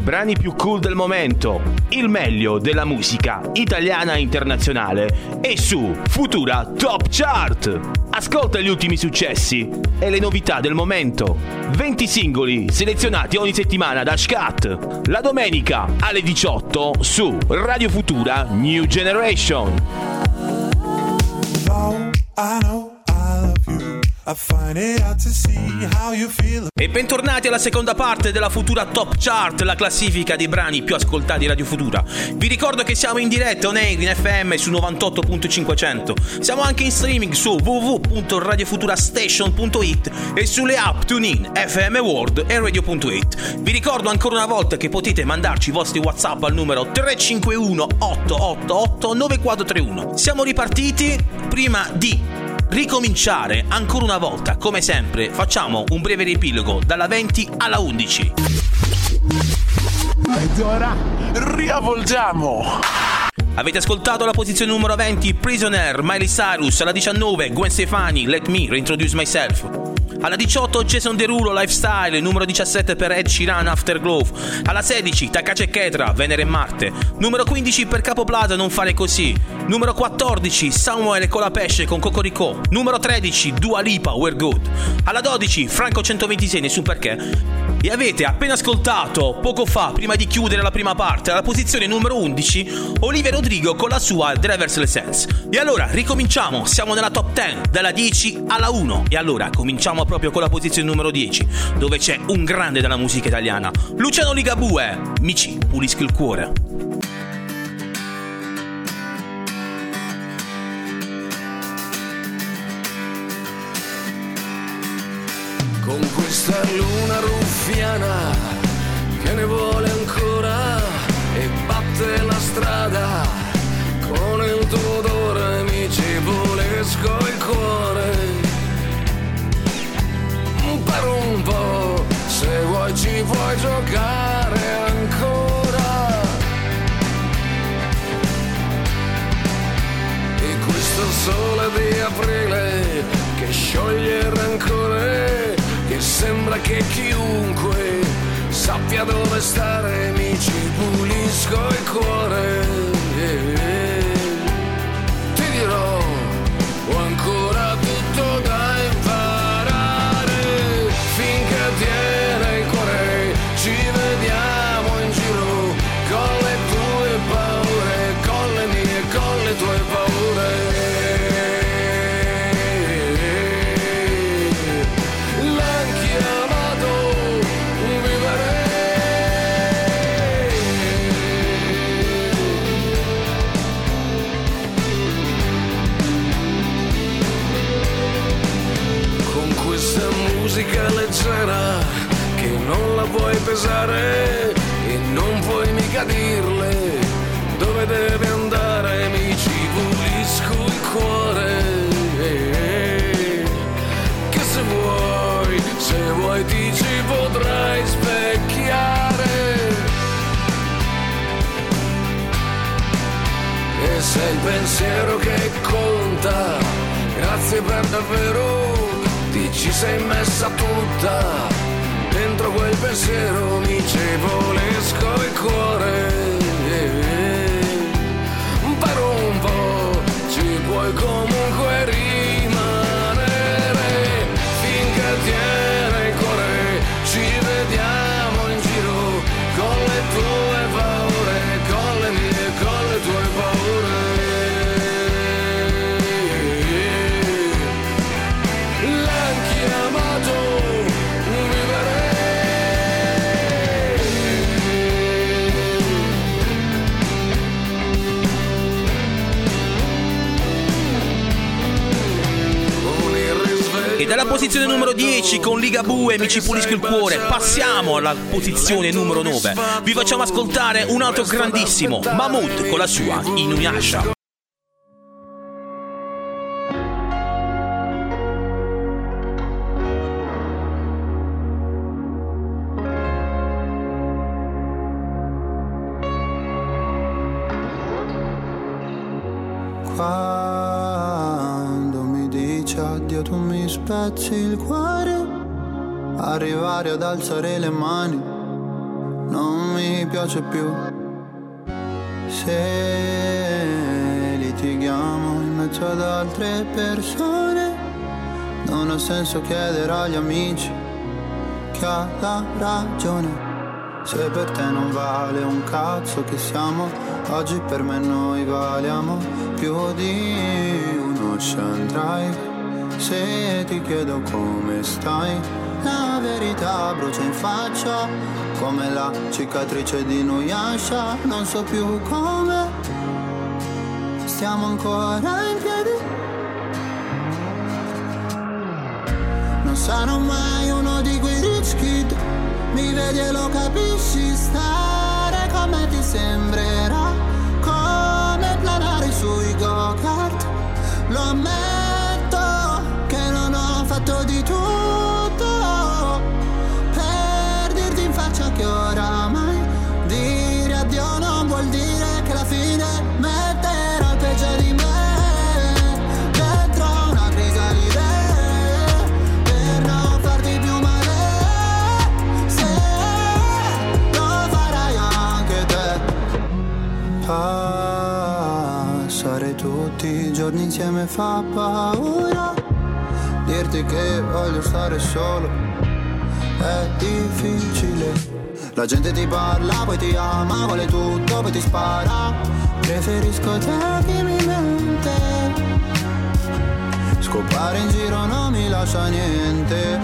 brani più cool del momento, il meglio della musica italiana e internazionale è su Futura Top Chart. Ascolta gli ultimi successi e le novità del momento. 20 singoli selezionati ogni settimana da Scat. La domenica alle 18 su Radio Futura New Generation. E bentornati alla seconda parte della Futura Top Chart, la classifica dei brani più ascoltati di Radio Futura. Vi ricordo che siamo in diretta on air in FM su 98.500. Siamo anche in streaming su www.radiofuturastation.it e sulle app TuneIn, FM World e Radio.it. Vi ricordo ancora una volta che potete mandarci i vostri WhatsApp al numero 351 888 9431. Siamo ripartiti. Prima di ricominciare ancora una volta, come sempre, facciamo un breve riepilogo dalla 20 alla 11. Ed ora riavvolgiamo. Avete ascoltato la posizione numero 20 Prisoner, Miley Cyrus. Alla 19 Gwen Stefani, Let Me Reintroduce Myself. Alla 18 Jason Derulo, Lifestyle. Numero 17 per Ed Sheeran, Afterglow. Alla 16 Takashi e Ketra, Venere e Marte. Numero 15 per Capo Plaza, Non fare così. Numero 14 Samuel Colapesce con Cocorico. Numero 13 Dua Lipa, We're Good. Alla 12 Franco 126, Nessun Perché. E avete appena ascoltato poco fa, prima di chiudere la prima parte, alla posizione numero 11 Olivia Rodrigo con la sua Driver's License. E allora ricominciamo, siamo nella top 10 dalla 10 alla 1. E allora cominciamo proprio con la posizione numero 10, dove c'è un grande della musica italiana, Luciano Ligabue, Mi ci pulisco il cuore. Con questa luna ruffiana che ne vuole ancora e batte la strada, con il tuo odore mi ci pulisco il cuore. Per un po', se vuoi ci puoi giocare ancora. E questo sole di aprile che scioglie il rancore, che sembra che chiunque sappia dove stare, mi ci pulisco il cuore. Ti dirò, ho ancora tutto da imparare, finché tiene il cuore, ci vediamo in giro, con le tue paure, con le mie, con le tue paure. Musica leggera che non la puoi pesare e non puoi mica dirle dove deve andare, mi ci pulisco il cuore. Che se vuoi ti ci potrai specchiare. E sei il pensiero che conta, grazie per davvero. Ti ci sei messa tutta, dentro quel pensiero mi ci pulisco il cuore. Per un po' ci puoi comunque rimanere, finché tiene il cuore, ci vediamo in giro, con le tue paure, con le mie, con le tue paure. E dalla posizione numero 10 con Ligabue, Mi ci pulisco il cuore, passiamo alla posizione numero 9. Vi facciamo ascoltare un altro grandissimo, Mahmood con la sua Inuyasha. Quando mi dici addio tu mi spezzi il cuore, arrivare ad alzare le mani non mi piace più. Se litighiamo in mezzo ad altre persone, non ha senso chiedere agli amici chi ha la ragione. Se per te non vale un cazzo che siamo, oggi per me noi valiamo più di un ocean drive. Se ti chiedo come stai, la verità brucia in faccia come la cicatrice di Nuyasha. Non so più come stiamo ancora in piedi. Non sarò mai uno di quei rich kid, mi vedi e lo capisci, stare con me ti sembrerà come planare sui go-kart. Lo ammetto che non ho fatto di tutto per dirti in faccia che oramai dire addio non vuol dire che alla fine metterò il peggio di me dentro una crisalide per non farti più male. Se lo farai anche te, passare tutti i giorni insieme fa paura. Dirti che voglio stare solo è difficile. La gente ti parla, poi ti ama, vuole tutto, poi ti spara. Preferisco te che mi mente. Scopare in giro non mi lascia niente.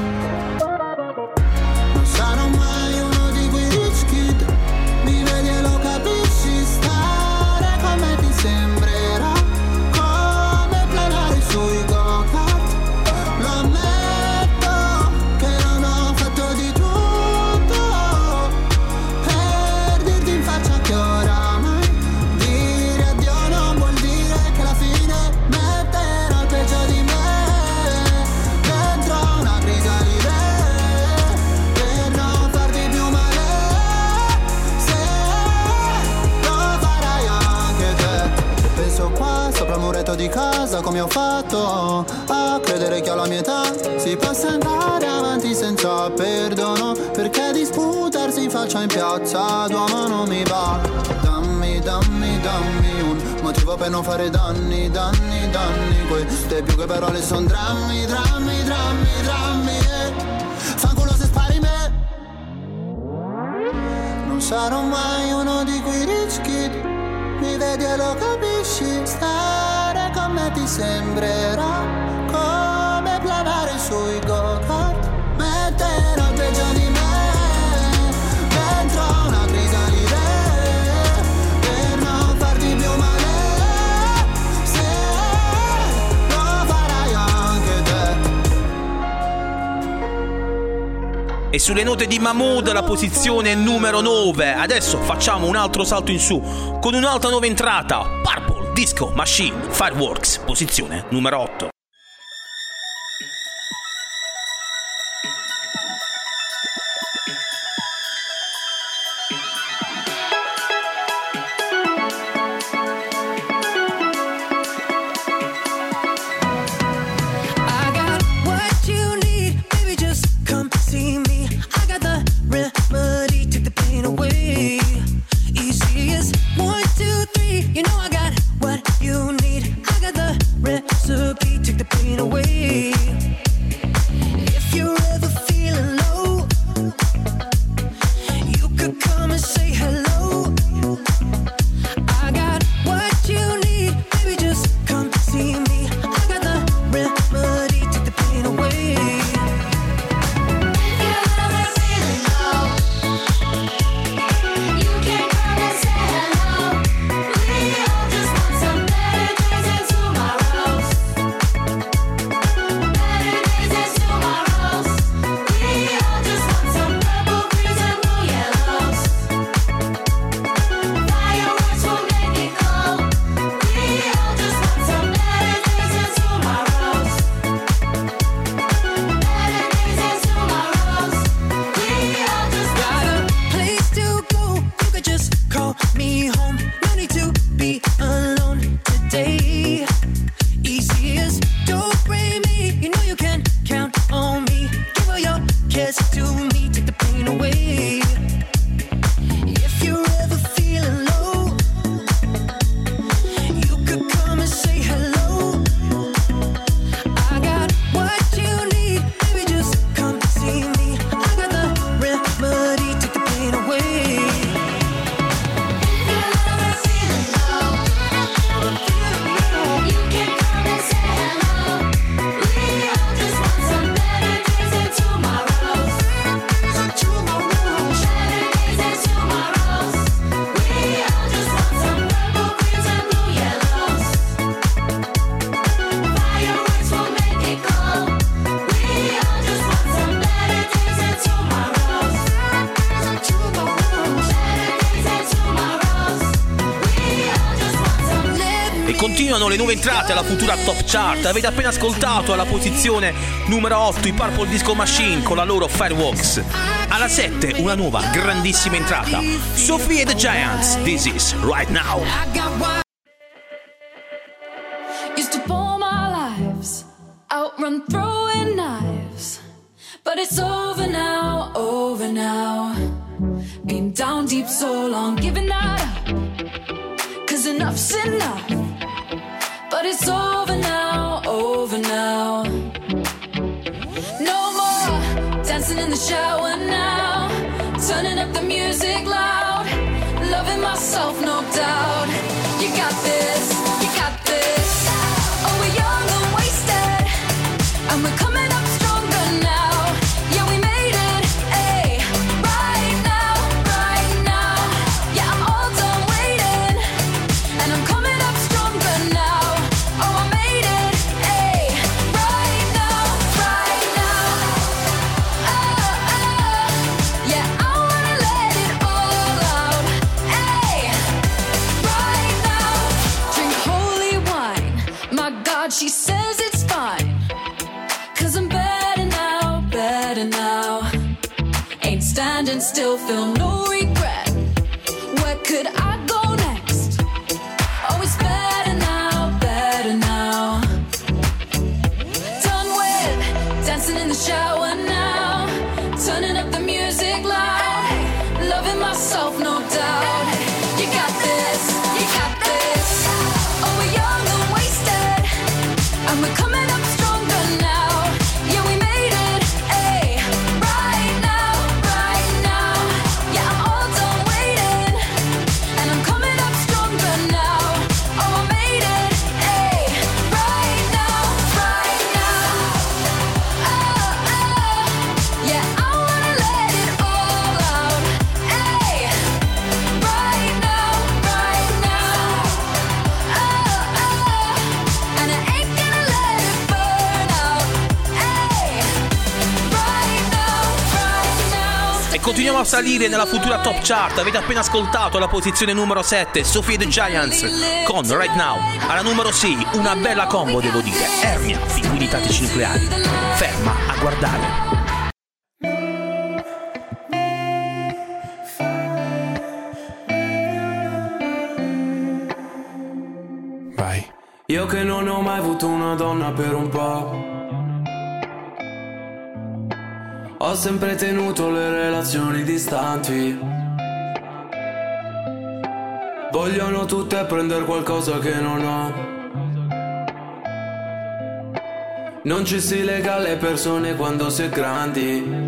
Non sarò mai uno di quei rich kid, mi vedi e lo capisci, stare con me ti sembrerà come planare sui go-kart. Lo ammetto che non ho fatto di tutto per dirti in faccia che oramai dire addio non vuol dire che alla fine metterò il peggio di me dentro una crisalide per non farti più male. Se lo farai anche te. Penso qua sopra il muretto di casa come ho fatto a credere che alla mia età si possa andare avanti senza perdono, perché disputarsi in faccia in piazza Duomo non mi va. Dammi, dammi, dammi un motivo per non fare danni, danni, danni. Queste più che parole son drammi, drammi, drammi, drammi. Fanculo se spari me. Non sarò mai uno di quei rich kid, mi vedi e lo capisci, stare con me ti sembrerà come planare sui go-kart. Metterò il peggio di me dentro una crisalide per non farti più male. Se lo farai anche te. E sulle note di Mahmood la posizione numero 9. Adesso facciamo un altro salto in su con un'altra nuova entrata, Purple Disco Machine Fireworks, posizione numero 8. I got what you need, baby, just come see me. I got the remedy, take the pain away. Easy as 1, 2, 3, you know I got what you need. I got the recipe, take the pain away. If you're ever feeling low, you could come and say hello. I got what you need, baby, just come see me. I got the remedy, take the pain away. If you're ever feeling low, you can come and say hello. We all just want some better days and tomorrows. Better days and tomorrows. We all just want some purple, greens and blue yellows. Fireworks will make it glow. We all just want some better days and tomorrows. Better days and tomorrows. We all just Got a place to go, you could just call me home. No need to be alone today. Easy as don't bring me, you know you can count on me. Give all your cares to me, take the pain away. Continuano le nuove entrate alla futura top chart. Avete appena ascoltato alla posizione numero 8 i Purple Disco Machine con la loro Fireworks. Alla 7 una nuova grandissima entrata, Sophie and the Giants, This Is Right Now. Used to pour my lives, outrun throwing knives. But it's over now, over now. Been down deep so long, giving that up. 'Cause enough's enough. But it's over now, over now. No more dancing in the shower now. Turning up the music loud. Loving myself, no doubt. You got this, you got this. Oh, we're young and wasted, and we're coming up stronger now. Yeah, we made it, ayy. Right now, right now. Yeah, I'm all done waiting, and I'm coming up stronger now. Oh, I made it, ayy. Right now, right now. Oh, oh. Yeah, I wanna let it all out, ayy. Right now. Drink holy wine. My God, she says it's fine. 'Cause I'm better now, better now. Ain't standing still, feel no regret. Where could I go next? Oh, it's better now, better now. Done with dancing in the shower now. Turning up the music loud. Loving myself, no doubt. You got this, you got this. Oh, we're young and wasted, and we're coming up stronger now. Yeah, we made it, ayy. Right now, right now. Yeah, I'm all done waiting, and I'm coming up stronger now. Oh, I made it, ayy. Right now, right now. Oh, oh. Yeah, I wanna let it all out, ayy. Right now, right now. Oh, oh. And I ain't gonna let it burn out, ayy. Right now, right now. E continuiamo a salire nella futura top chart. Avete appena ascoltato la posizione numero 7 Sophie and the Giants con Right Now. Alla numero 6 una bella combo, devo dire, Ernia, pinguini tattici nucleari. Ferma a guardare. Vai. Io che non ho mai avuto una donna per un po'. Ho sempre tenuto le relazioni distanti. Vogliono tutte prendere qualcosa che non ho. Non ci si lega alle persone quando si è grandi.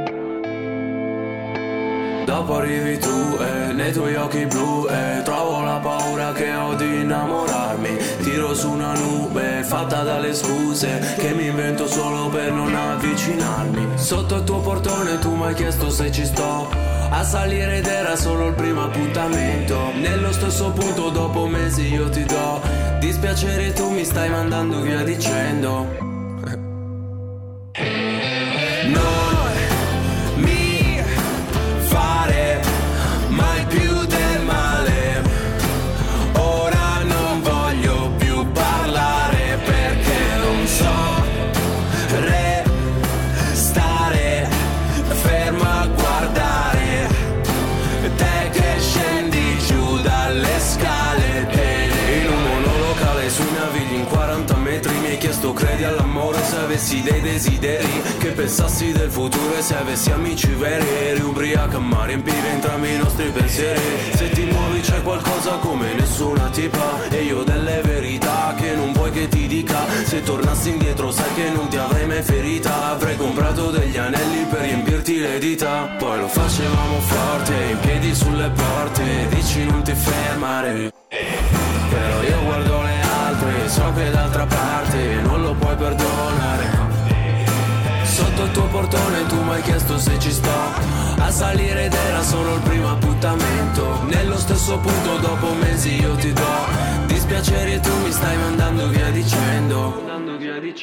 Dopo arrivi tu e nei tuoi occhi blu e trovo la paura che ho di innamorarmi. Tiro su una nube fatta dalle scuse che mi invento solo per non avvicinarmi. Sotto il tuo portone tu mi hai chiesto se ci sto a salire ed era solo il primo appuntamento. Nello stesso punto dopo mesi io ti do dispiacere, tu mi stai mandando via dicendo non mi fare mai più del male. Ora non voglio più parlare perché non so restare fermo a guardare te che scendi giù dalle scale. In un monolocale sui navigli in 40 metri mi hai chiesto credi all'amore, se avessi dei desideri, che pensassi del futuro e se avessi amici veri. Eri ubriaca ma riempivi entrambi i nostri pensieri. Se ti muovi c'è qualcosa come nessuna tipa e io delle verità che non vuoi che ti dica. Se tornassi indietro sai che non ti avrei mai ferita. Avrei comprato degli anelli per riempirti le dita. Poi lo facevamo forte, in piedi sulle porte. Dici non ti fermare, però io guardo le altre, so che d'altra parte non lo puoi perdonare. Sotto il tuo portone tu mi hai chiesto se ci sto a salire ed era solo il primo appuntamento. Nello stesso punto dopo mesi io ti do dispiaceri e tu mi stai mandando via dicendo non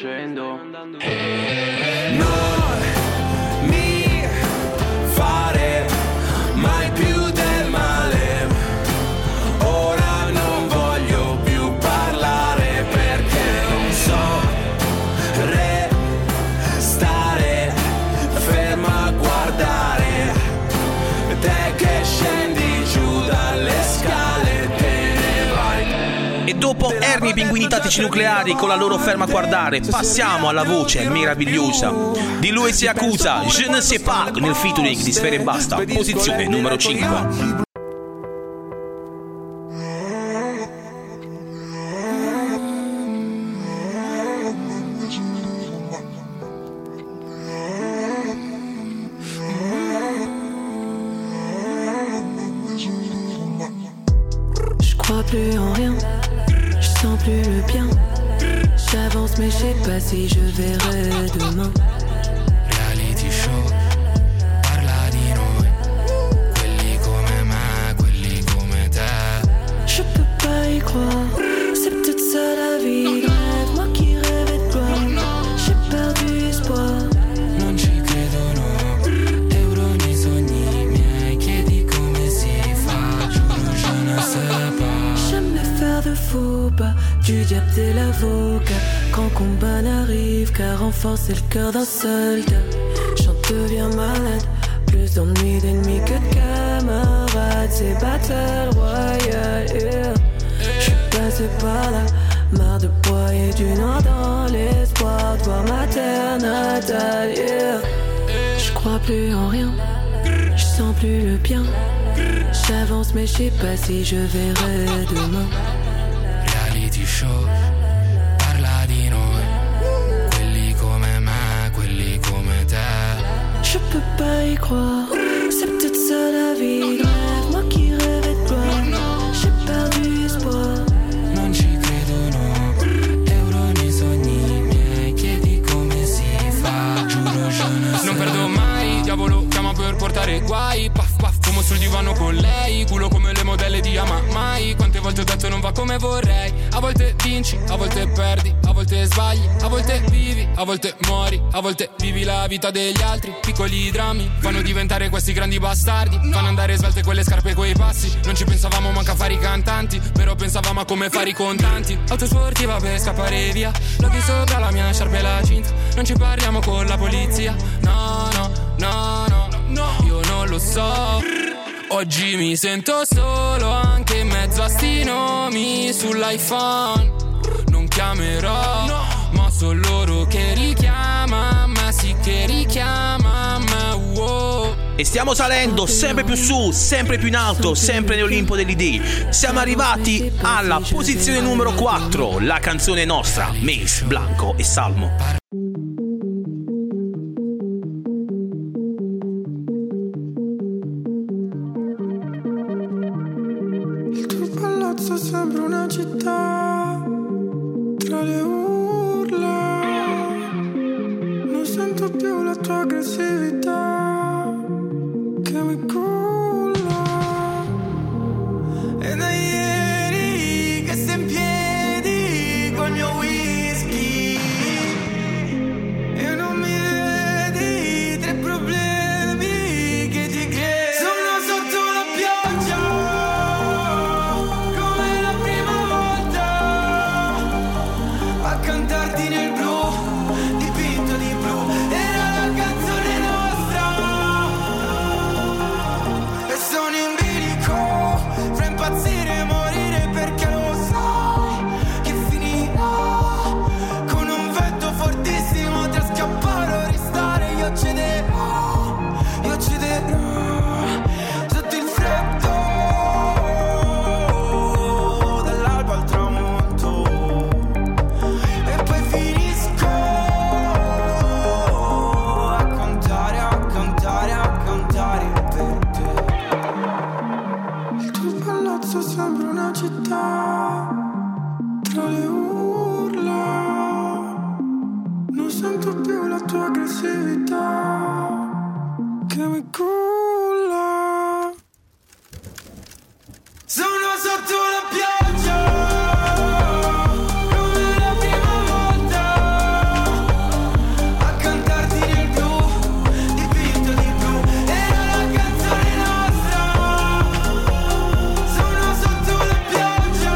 mi fare mai più del male. Ora non voglio più parlare Dopo Ernie e i pinguini tattici nucleari con la loro ferma a guardare, passiamo alla voce meravigliosa di Louis Yakuza, Je ne sais pas, nel featuring di Sfera Ebbasta, posizione numero 5. Plus en rien, je sens plus le bien. J'avance mais je sais pas si je verrai demain. Reality show, parla di noi, quelli come me, quelli come te. Je peux pas y croire, c'est peut-être ça la vie de rêve. Moi qui rêvais de gloire, j'ai perdu espoir. Non ci credono, euro nei sogni miei. Chiedi come si fa, giuro je ne sais pas. Faire de faux pas, du diable t'es l'avocat. Quand combat n'arrive qu'à renforcer le cœur d'un soldat. J'en deviens malade, plus d'ennuis d'ennemis que de camarades. C'est battle royale, yeah. J'suis passé par là, marre de broyer du noir dans l'espoir de voir ma terre natale, yeah. J'crois plus en rien, j'sens plus le bien. J'avance mais je sais pas si je verrai demain. Reality show, parla di noi, quelli come me, quelli come te. Je peux pas y croire, c'est peut-être ça la vie de rêve. Moi qui rêvais de gloire, j'ai perdu espoir. Non ci credono, euro nei sogni miei. Chiedi come si fa, giuro je ne sais. Non perdo mai, diavolo chiama per portare guai. Puff puff, fumo sul divano con lei. Culo come le modelle di Ama Mai. Quante volte ho detto non va come vorrei. A volte vinci, a volte perdi, a volte sbagli, a volte vivi, a volte muori, a volte vivi la vita degli altri. Piccoli drammi fanno diventare questi grandi bastardi. Fanno andare svelte quelle scarpe e quei passi. Non ci pensavamo manca a fare i cantanti, però pensavamo a come fare i contanti. Auto sportiva per scappare via, loghi sopra la mia sciarpa e la cinta. Non ci parliamo con la polizia, no no no no no. Io non lo so, oggi mi sento solo anche in mezzo a sti nomi sull'iPhone. Non chiamerò, ma sono loro che richiama me, sì che richiama me, wow. E stiamo salendo sempre più su, sempre più in alto, sempre nell'Olimpo degli dei. Siamo arrivati alla posizione numero 4, la canzone nostra, Mace, Blanco e Salmo. Sembra una città tra le urla, non sento più la tua aggressività che mi culla. E da ieri che sei in piedi col mio whisky e non mi vedi, tre problemi che ti crei. Sono sotto la pioggia a cantarti nel blu, dipinto di blu, era la canzone nostra. E sono in bilico, fra impazzire e morire perché lo sai che finirà con un vento fortissimo tra scappare o restare. Io cederò sotto il freddo dall'alba al tramonto. E poi finisco a cantare, a cantare, a cantare per te. Il tuo palazzo sembra una città tra le urla, non sento più la tua aggressività che mi culla. Sono sotto la pioggia come la prima volta a cantarti nel blu, dipinto di blu, era la canzone nostra. Sono sotto la pioggia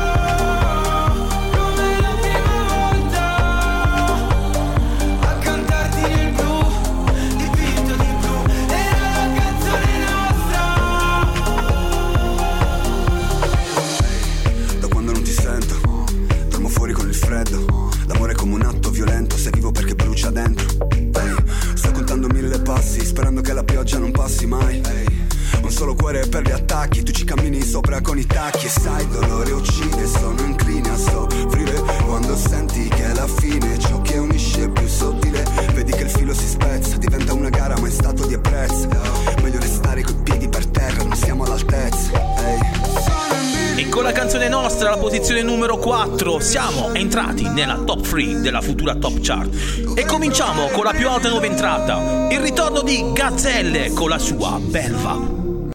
come la prima volta a cantarti nel blu, dipinto di blu, era la passi, sperando che la pioggia non passi mai. Un solo cuore per gli attacchi, tu ci cammini sopra con i tacchi. E sai, dolore uccide, sono incline a soffrire quando senti che è la fine, ciò che unisce è più sottile. Vedi che il filo si spezza, diventa una gara ma è stato di apprezzo. Meglio restare coi piedi per terra, non siamo all'altezza. E con la canzone nostra, alla posizione numero 4, siamo entrati nella top 3 della futura top chart. E cominciamo con la più alta nuova entrata, il ritorno di Gazzelle con la sua Belva.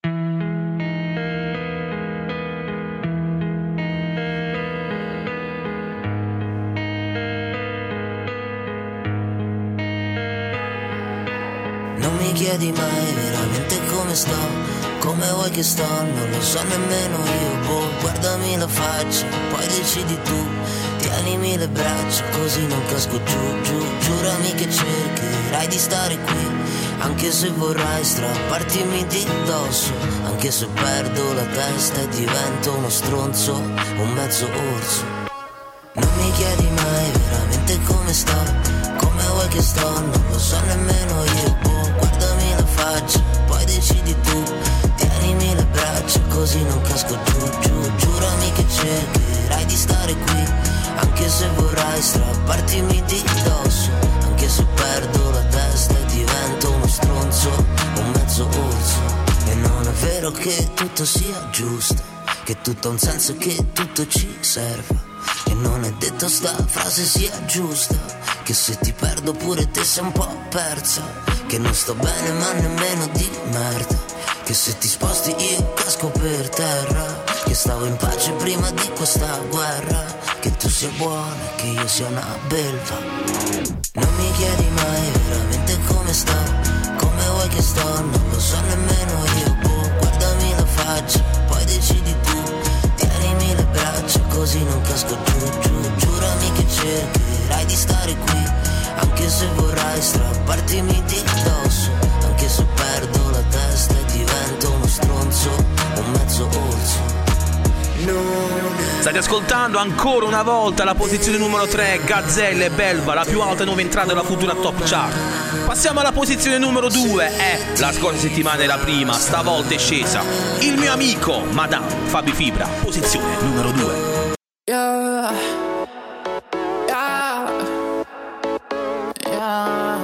Non mi chiedi mai veramente come sto, come vuoi che sto, non lo so nemmeno io, boh. Guardami la faccia, poi decidi tu, tienimi le braccia così non casco giù, giù. Giurami che cercherai di stare qui, anche se vorrai strappartimi di dosso, anche se perdo la testa e divento uno stronzo, un mezzo orso. Non mi chiedi mai veramente come sto, come vuoi che sto, non lo so nemmeno io, boh. Guardami la faccia, poi decidi tu, tienimi le braccia così non casco giù, giù. Giurami che cercherai di stare qui, anche se vorrai strappartimi di dosso, anche se perdo la testa e divento uno stronzo, un mezzo orso. E non è vero che tutto sia giusto, che tutto ha un senso, che tutto ci serva. E non è detto sta frase sia giusta, che se ti perdo pure te sei un po' persa, che non sto bene ma nemmeno di merda, che se ti sposti io casco per terra, che stavo in pace prima di questa guerra, che tu sia buona e che io sia una belva. Non mi chiedi mai veramente come sto, come vuoi che sto, non lo so nemmeno io, boh. Guardami la faccia, poi decidi tu, tienimi le braccia così non casco giù, giù. Giurami che cercherai di stare qui, anche se vorrai strappartimi di dosso, anche se perdo la testa e divento uno stronzo, un mezzo orso. State ascoltando ancora una volta la posizione numero 3, Gazzelle e Belva, la più alta nuova entrata della futura top chart. Passiamo alla posizione numero 2, la scorsa settimana era prima, stavolta è scesa. Il mio amico Madame Fabi Fibra, posizione numero 2. Yeah. Yeah. Yeah.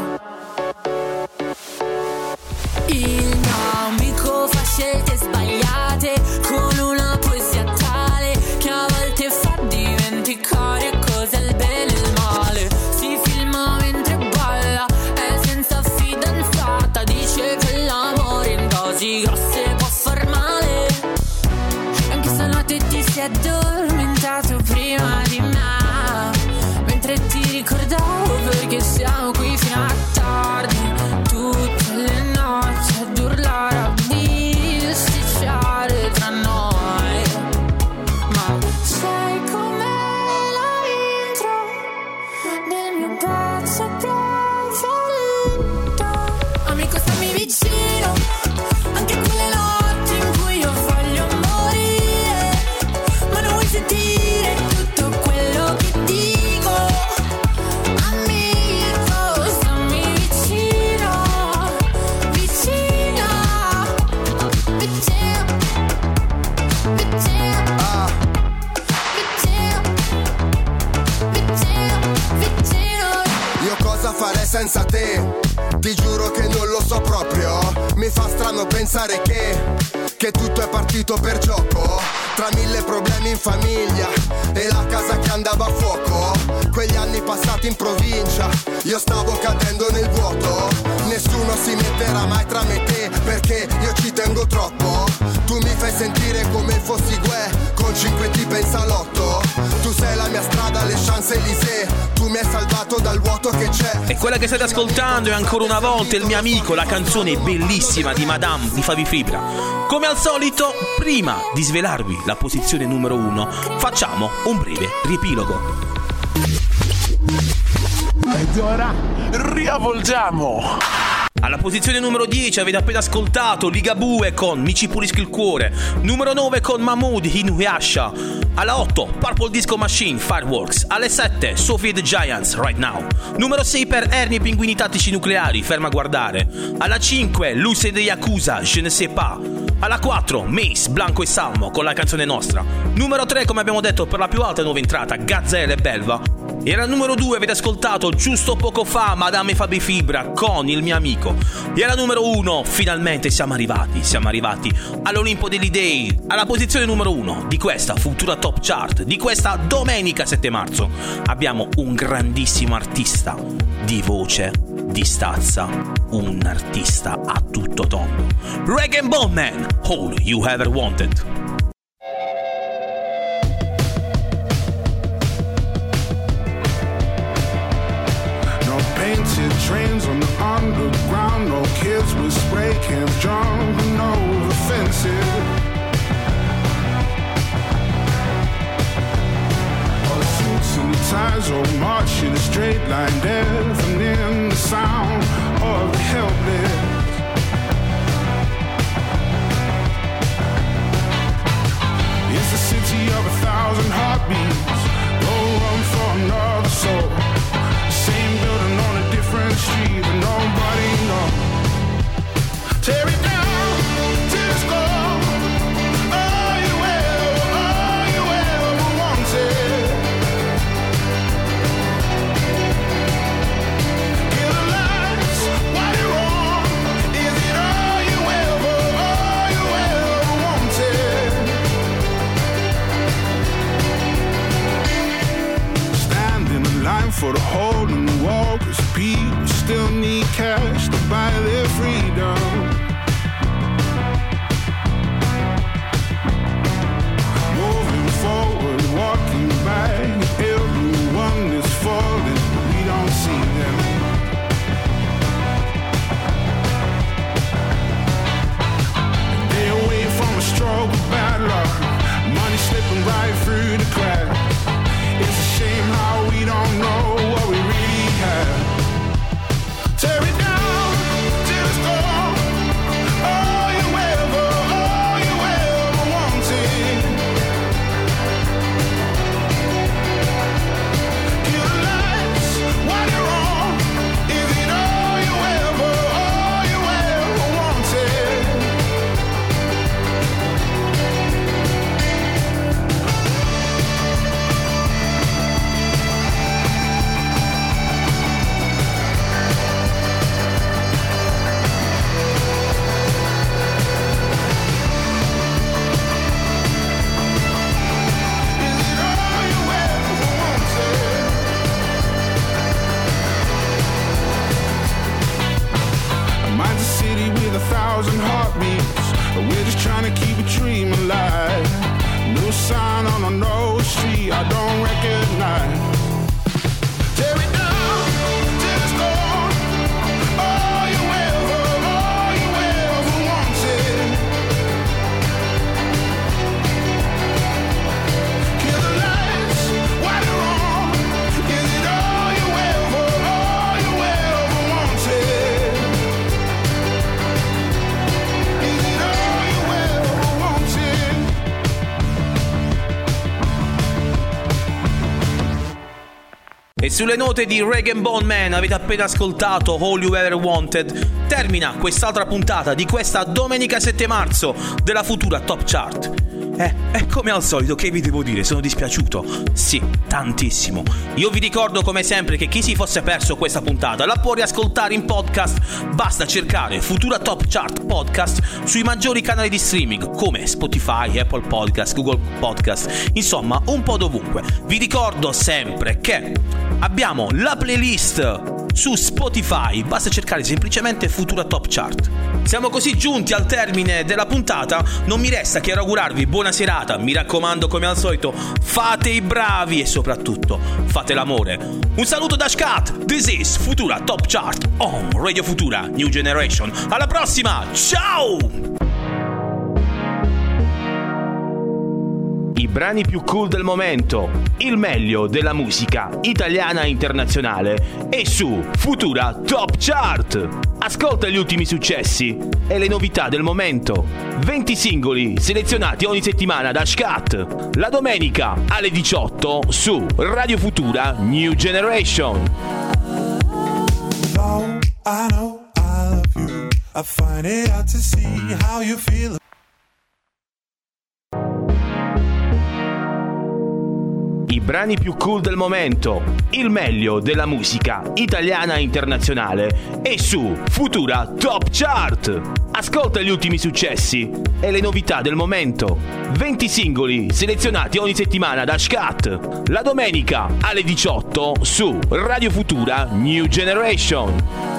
Il mio amico fa scelte sbagliate con una poesia tale che a volte fa dimenticare cos'è il bene e il male. Si filma mentre balla, è senza fidanzata, dice che l'amore in dosi grosse può far male. Anche stanotte ti sei addormentato prima di me, mentre ti ricordavo perché siamo qui fino a tardi, tutte le notti ad urlare, a bisticciare tra noi. Ma sai com'è la intro del mio pezzo preferito? Amico, stammi vicino, anche quelle notti in cui io voglio morire, ma non vuoi sentire tutto quello che dico. Amico, stammi vicino, vicino, vicino, vicino, vicino, vicino. Io cosa farei senza te? Ti giuro che non lo so proprio. Mi fa strano pensare che tutto è partito per gioco, tra mille problemi in famiglia e la casa che andava a fuoco. Quegli anni passati in provincia, io stavo cadendo nel vuoto. Nessuno si metterà mai tra me e te, perché io ci tengo troppo. Tu mi fai sentire come fossi Gue, con 5 tipe in salotto. Tu sei la mia strada, le Champs-Élysées, tu mi hai salvato dal vuoto che c'è. E quella che state ascoltando è ancora una volta Il mio amico, la canzone bellissima di Madame di Fabi Fibra. Come al solito, prima di svelarvi la posizione numero 1, facciamo un breve riepilogo. Ed ora riavvolgiamo. Alla posizione numero 10 avete appena ascoltato Ligabue con Mi ci pulisco il cuore. Numero 9 con Mahmood Inuyasha. Alla 8 Purple Disco Machine Fireworks. Alle 7 Sophie the Giants Right Now. Numero 6 per Ernie Pinguini Tattici Nucleari Ferma a guardare. Alla 5 Luce de Yakuza Je ne sais pas. Alla 4 Mace, Blanco e Salmo con la canzone nostra. Numero 3, come abbiamo detto, per la più alta nuova entrata, Gazzelle e Belva. E al numero 2 avete ascoltato giusto poco fa Madame Fabi Fibra con Il mio amico. E alla numero 1 finalmente siamo arrivati all'Olimpo degli Dei, alla posizione numero 1 di questa Futura Top Chart, di questa domenica 7 marzo. Abbiamo un grandissimo artista di voce, di stazza, un artista a tutto tondo. Rag & Bone Man, All You Ever Wanted. Painted trains on the underground, no kids with spray cans jumping over fences. All the suits and the ties all march in a straight line, deafening the sound of the helpless. It's the city of 1,000 heartbeats, no room for another soul. Same building on a different street, but nobody knows. Tear it down to the score. All you ever wanted. Kill the lights while you're on. Is it all you ever wanted? Stand in the line for the hole in the wall, 'cause people still need cash to buy their freedom. Moving forward, walking back, everyone is falling, we don't see them. They away from a stroke of bad luck, money slipping right through the cracks. It's a shame how we don't know what we really have. Tear it down to the score. All you ever wanted. Kill the lights while you're on. Is it all you ever wanted? Mine's a city with 1,000 heartbeats, but we're just trying to keep a dream alive. No sign on a no street I don't recognize. Tear it down to the score. All you ever wanted. Kill the lights while you're on. Is it all you ever wanted? Is it all you ever wanted? E sulle note di Rag & Bone Man avete appena ascoltato All You Ever Wanted. Termina quest'altra puntata di questa domenica 7 marzo della Futura Top Chart. Come al solito, che vi devo dire? Sono dispiaciuto? Sì, tantissimo. Io vi ricordo come sempre che chi si fosse perso questa puntata la può riascoltare in podcast. Basta cercare Futura Top Chart Podcast sui maggiori canali di streaming come Spotify, Apple Podcast, Google Podcast, insomma un po' dovunque. Vi ricordo sempre che abbiamo la playlist su Spotify, basta cercare semplicemente Futura Top Chart. Siamo così giunti al termine della puntata, non mi resta che augurarvi buona serata, mi raccomando come al solito fate i bravi e soprattutto fate l'amore. Un saluto da Scat, this is Futura Top Chart on Radio Futura New Generation. Alla prossima, ciao! I brani più cool del momento, il meglio della musica italiana e internazionale è su Futura Top Chart. Ascolta gli ultimi successi e le novità del momento. 20 singoli selezionati ogni settimana da Scat. La domenica alle 18 su Radio Futura New Generation. No, I know I love you. I find it hard to see how you feel. I brani più cool del momento, il meglio della musica italiana e internazionale è su Futura Top Chart. Ascolta gli ultimi successi e le novità del momento. 20 singoli selezionati ogni settimana da Scat. La domenica alle 18 su Radio Futura New Generation.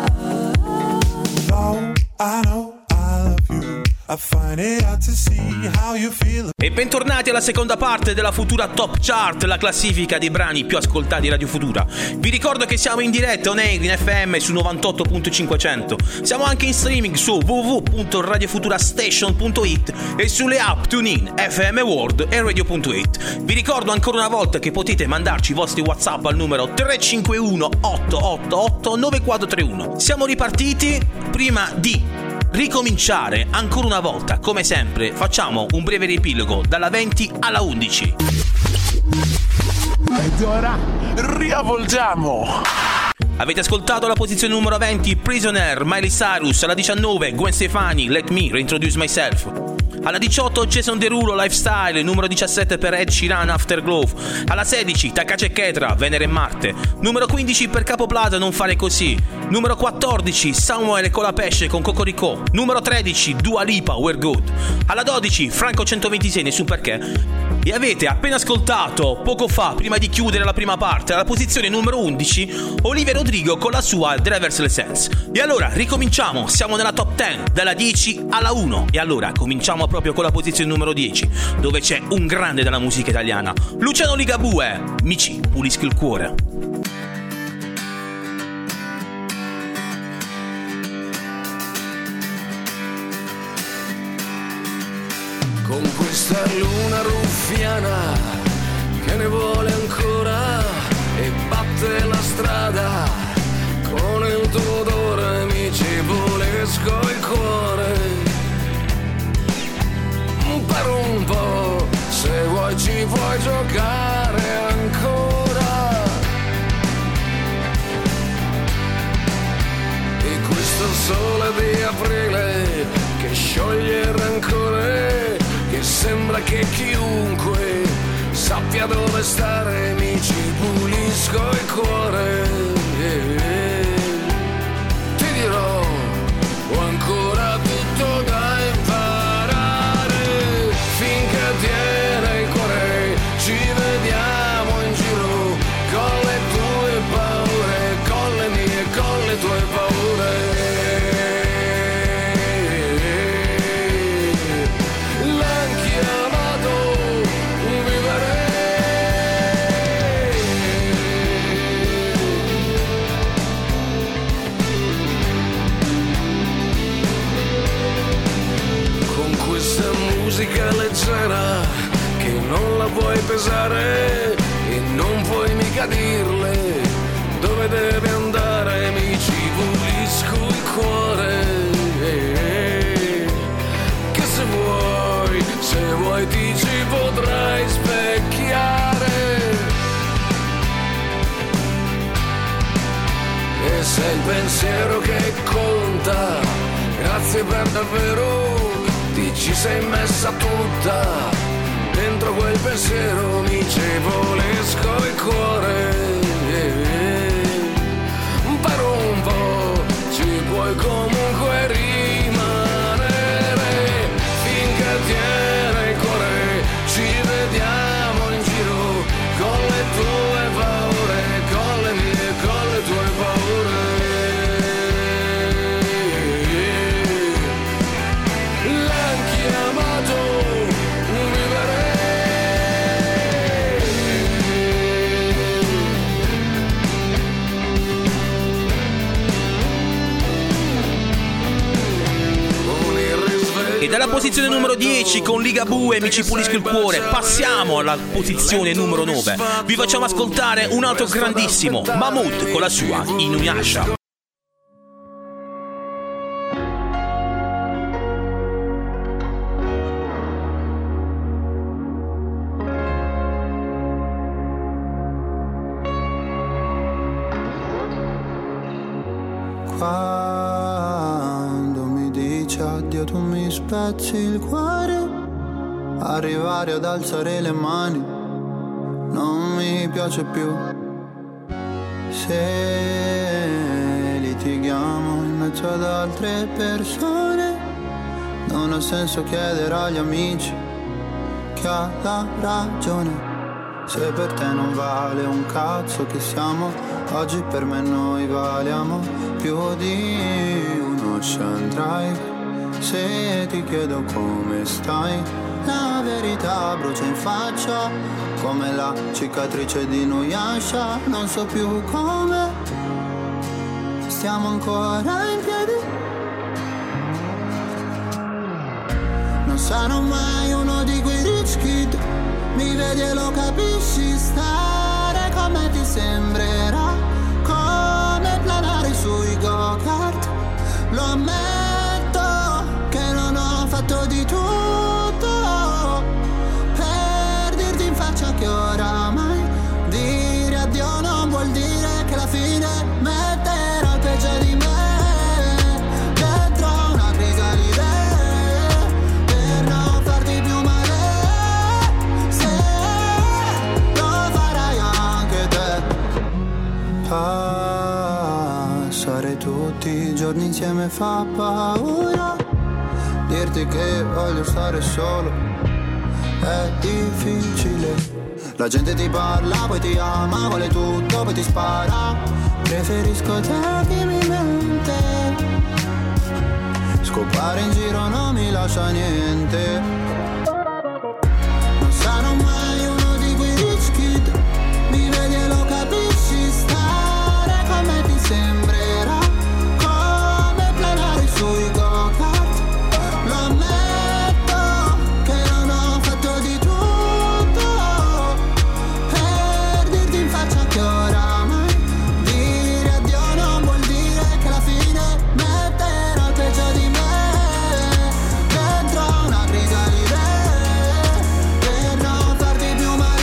No, I know I love you. I find it hard to see how you feel. E bentornati alla seconda parte della Futura Top Chart, la classifica dei brani più ascoltati di Radio Futura. Vi ricordo che siamo in diretta on air in FM su 98.500. Siamo anche in streaming su www.radiofuturastation.it e sulle app TuneIn, FM World e Radio.it. Vi ricordo ancora una volta che potete mandarci i vostri WhatsApp al numero 351 888 9431. Siamo ripartiti. Prima di ricominciare ancora una volta, come sempre, facciamo un breve riepilogo dalla 20 alla 11. Ed ora riavvolgiamo. Avete ascoltato la posizione numero 20, Prisoner, Miley Cyrus. Alla 19, Gwen Stefani, Let Me Reintroduce Myself. Alla 18, Jason Derulo, Lifestyle. Numero 17 per Ed Sheeran, Afterglow. Alla 16, Takashi Ketra, Venere e Marte. Numero 15 per Capo Plaza, Non fare così. Numero 14, Samuel e Colapesce con Cocorico. Numero 13, Dua Lipa, We're Good. Alla 12, Franco 126, nessun perché. E avete appena ascoltato poco fa, prima di chiudere la prima parte, alla posizione numero 11, Olivia Rodrigo con la sua Driver's License. E allora ricominciamo, siamo nella top 10 dalla 10 alla 1. E allora cominciamo proprio con la posizione numero 10, dove c'è un grande della musica italiana, Luciano Ligabue, Mi ci pulisco il cuore. Con questa luna ruffiana che ne vuole ancora e batte la strada, con il tuo odore mi ci pulisco il cuore. Per un po', se vuoi ci puoi giocare ancora. E questo sole di aprile che scioglie il rancore, che sembra che chiunque sappia dove stare, mi ci pulisco il cuore. Ti dirò, ho ancora tutto da imparare, finché tiene il cuore, ci vediamo in giro, con le tue paure, con le mie, con le tue paure. Musica leggera che non la puoi pesare e non puoi mica dirle dove deve andare, mi ci pulisco il cuore. Che se vuoi ti ci potrai specchiare. E sei il pensiero che conta, grazie per davvero. Ti ci sei messa tutta, dentro quel pensiero mi ci pulisco il cuore. Per un po' ci puoi comunque rimanere, finché tiene il cuore, ci vediamo in giro, con le tue paure, con le mie, con le tue paure. E dalla posizione numero 10 con Ligabue Mi ci pulisco il cuore passiamo alla posizione numero 9. Vi facciamo ascoltare un altro grandissimo, Mahmood con la sua Inuyasha. Quando mi dici addio tu mi spezzi il cuore. Arrivare ad alzare le mani non mi piace più. Se litighiamo in mezzo ad altre persone non ha senso chiedere agli amici chi ha la ragione. Se per te non vale un cazzo che siamo, oggi per me noi valiamo più di un Ocean Drive. Se ti chiedo come stai, la verità brucia in faccia come la cicatrice di Inuyasha. Non so più come stiamo ancora in piedi. Non sarò mai uno di quei rich kid. Mi vedi e lo capisci, stare con me ti sembrerà come planare sui go-kart. Lo ammetto che non ho fatto di tutto per dirti in faccia che oramai dire addio non vuol dire che la fine metterò il peggio di me dentro una crisalide per non farti più male. Passare tutti i giorni insieme fa paura. Dirti che voglio stare solo è difficile. La gente ti parla, poi ti ama, vuole tutto, poi ti spara. Preferisco te che mi mente. Scopare in giro non mi lascia niente. Non sarò mai uno di quei rich kid. Mi vedi e lo capisci, stare con me ti sembrerà come planare sui go-kart. Lo ammetto che non ho fatto di tutto per dirti in faccia che oramai dire addio non vuol dire che alla fine metterò il peggio di me dentro una crisalide per non farti più male.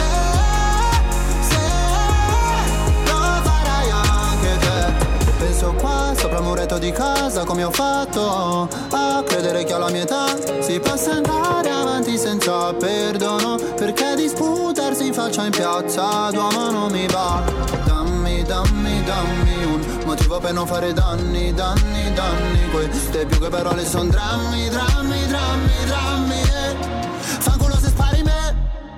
Penso qua sopra il muretto di casa come ho fatto a credere che alla mia età si possa andare avanti senza perdono, perché disputarsi in faccia in piazza Duomo non mi va. Dammi, dammi, dammi un motivo per non fare danni, danni, danni. Queste più che parole son drammi, drammi, drammi, drammi. Fanculo se spari me.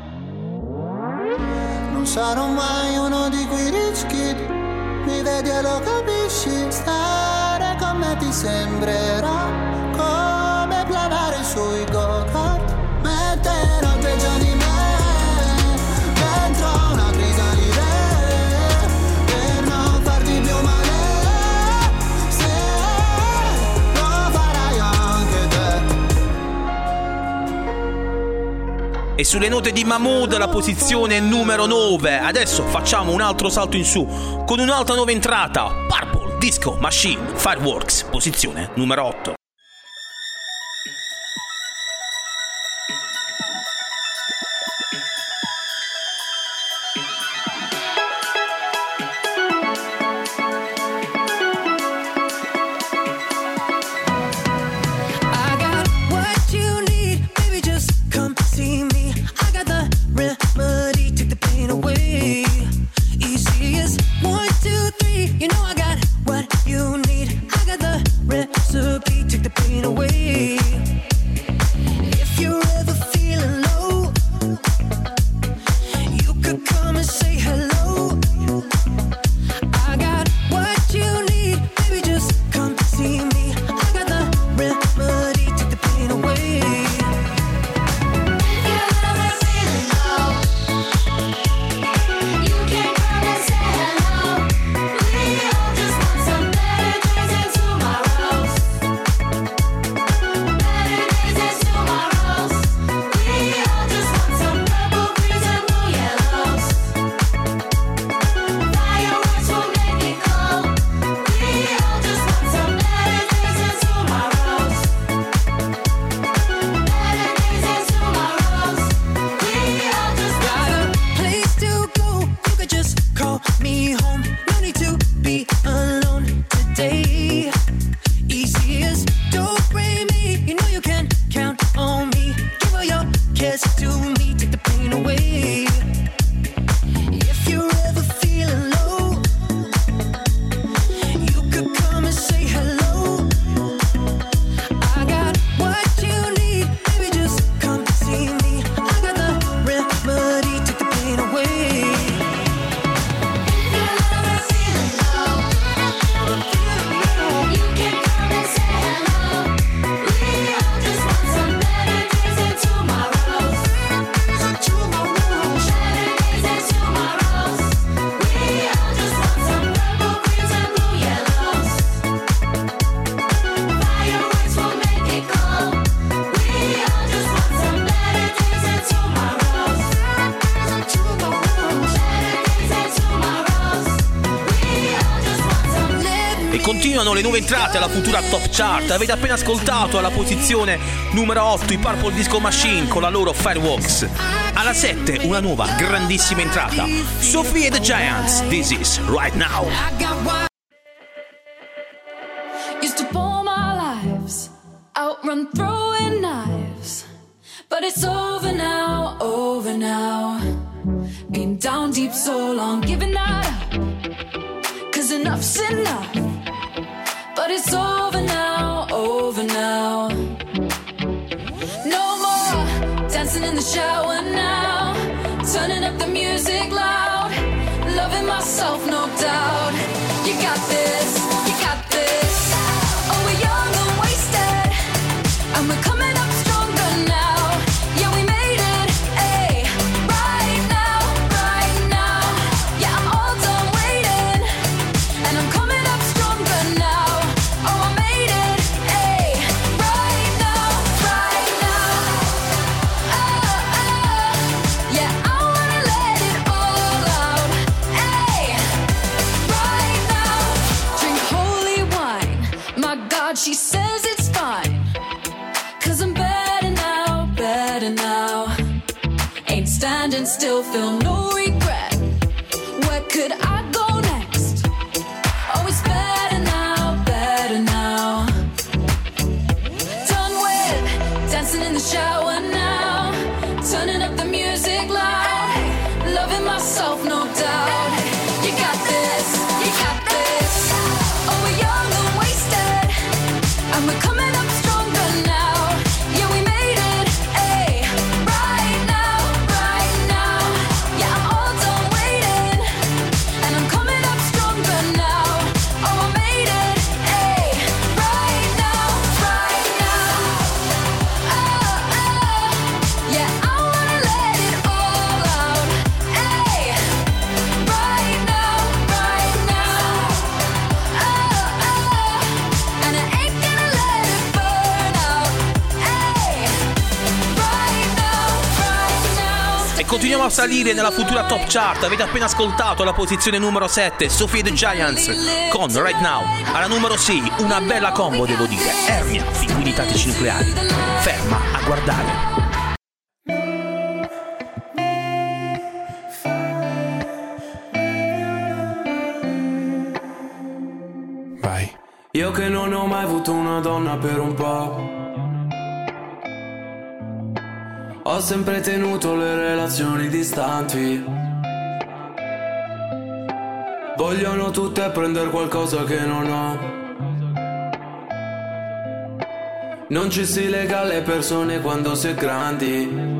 Non sarò mai uno di quei rich kid. Mi vedi e lo capisci, stare con me ti sembrerà come planare sui go-kart. Metterò il peggio di me dentro una crisalide per non farti più male. Se lo farai anche te. E sulle note di Mahmood la posizione numero 9. Adesso facciamo un altro salto in su con un'altra nuova entrata, Purple Disco Machine Fireworks, posizione numero 8. I got what you need, baby, just come see me. I got the remedy, take the pain away. Easy as 1, 2, 3. You know I got what you need. I got the recipe, take the pain away. If you're ever feeling low, you could come and say hello. I got what you need, baby, just come see me. I got the remedy, take the pain away. If you're ever feeling low, you can come and say hello. We all just want some better days and tomorrows. Better Continuano le nuove entrate alla futura Top Chart. Avete appena ascoltato alla posizione numero 8 i Purple Disco Machine con la loro Fireworks. Alla 7 una nuova grandissima entrata, Sophie and the Giants, This Is Right Now. Used to pour my lives, outrun throwing knives, but it's over now, over now. Been down deep so long, giving that up, 'cause enough's enough. But it's over now, over now. No more dancing in the shower now, turning up the music loud, loving myself, no doubt. You got this, you got this. Oh, we're young and wasted, and we're coming up stronger now. Yeah, we made it, ayy, right now, right now. Yeah, I'm all done waiting, and I'm coming up stronger now. Oh, I made it, ayy, right now, right now. Oh, oh, yeah, I wanna let it all out, ayy, right now. Drink holy wine, my God, she says it's fine, 'cause I'm better now, better now. Ain't standing still, feel no regret. Where could I go next? Oh, it's better now, better now. Done with dancing in the shower now, turning up the music loud, loving myself, no doubt. You got this, you got this. Oh, we're young and wasted, and we're coming up stronger now. Yeah, we made it, ayy, right now, right now. Yeah, I'm all done waiting, and I'm coming up stronger now. Oh, I made it, ayy, right now, right now. Oh, oh, yeah, I wanna let it all out, ayy, right now, right now. Oh, oh, and I ain't gonna let it burn out, ayy, right now, right now. E continuiamo a salire nella futura Top Chart. Avete appena ascoltato la posizione numero 7 Sophie and the Giants con Right Now. Alla numero 6 una bella combo, devo dire, Ernia, pinguini tattici nucleari, Ferma a guardare. Vai. Io che non ho mai avuto una donna per un po', ho sempre tenuto le relazioni distanti. Vogliono tutte prendere qualcosa che non ho. Non ci si lega alle persone quando si è grandi.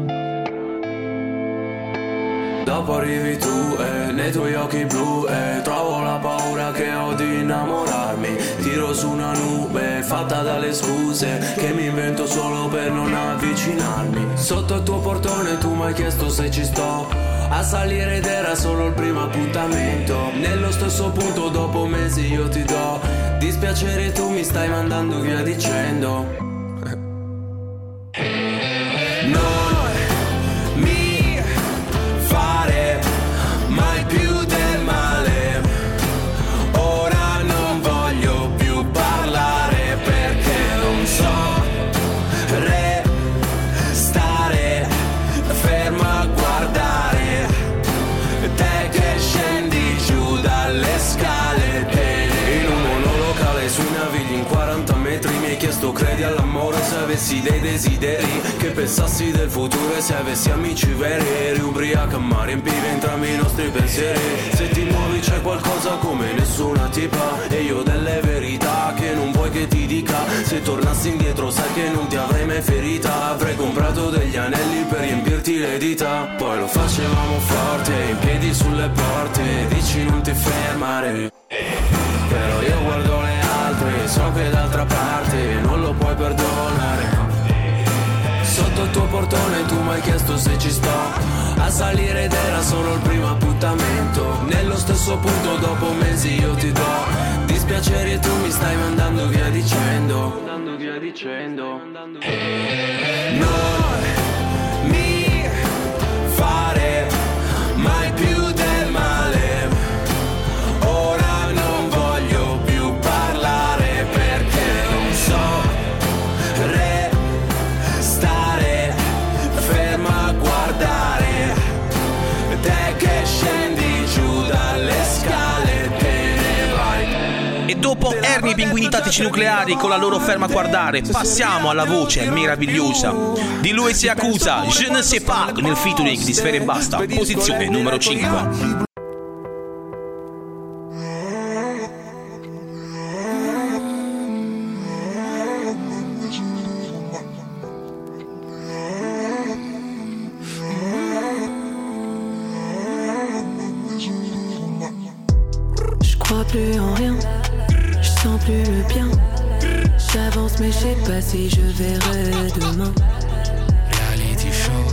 Dopo arrivi tu e nei tuoi occhi blu e trovo la paura che ho di innamorarmi. Tiro su una nube fatta dalle scuse che mi invento solo per non avvicinarmi. Sotto il tuo portone tu mi hai chiesto se ci sto a salire ed era solo il primo appuntamento. Nello stesso punto dopo mesi io ti do dispiacere, tu mi stai mandando via dicendo non mi fare mai più del male. Ora non voglio più parlare perché non so restare fermo a guardare te che scendi giù dalle scale. In un monolocale sui navigli in 40 metri mi hai chiesto credi all'amore, se avessi dei desideri, che pensassi del futuro e se avessi amici veri. Eri ubriaca ma riempivi entrambi i nostri pensieri. Se ti muovi c'è qualcosa come nessuna tipa e io delle verità che non vuoi che ti dica. Se tornassi indietro sai che non ti avrei mai ferita. Avrei comprato degli anelli per riempirti le dita. Poi lo facevamo forte, in piedi sulle porte. Dici non ti fermare, però io guardo le altre, so che d'altra parte non lo puoi perdonare. Sotto il tuo portone tu mi hai chiesto se ci sto a salire ed era solo il primo appuntamento. Nello stesso punto dopo mesi io ti do dispiaceri e tu mi stai mandando via dicendo non mi fare mai più del male. Ora non voglio più parlare Dopo Ernie e i Pinguini Tattici Nucleari con la loro Ferma a guardare, passiamo alla voce meravigliosa di Luis Yakuza, Je ne sais pas, nel featuring di Sfera Ebbasta, posizione numero 5. Plus en rien, je sens plus le bien. J'avance mais je sais pas si je verrai demain. Reality show,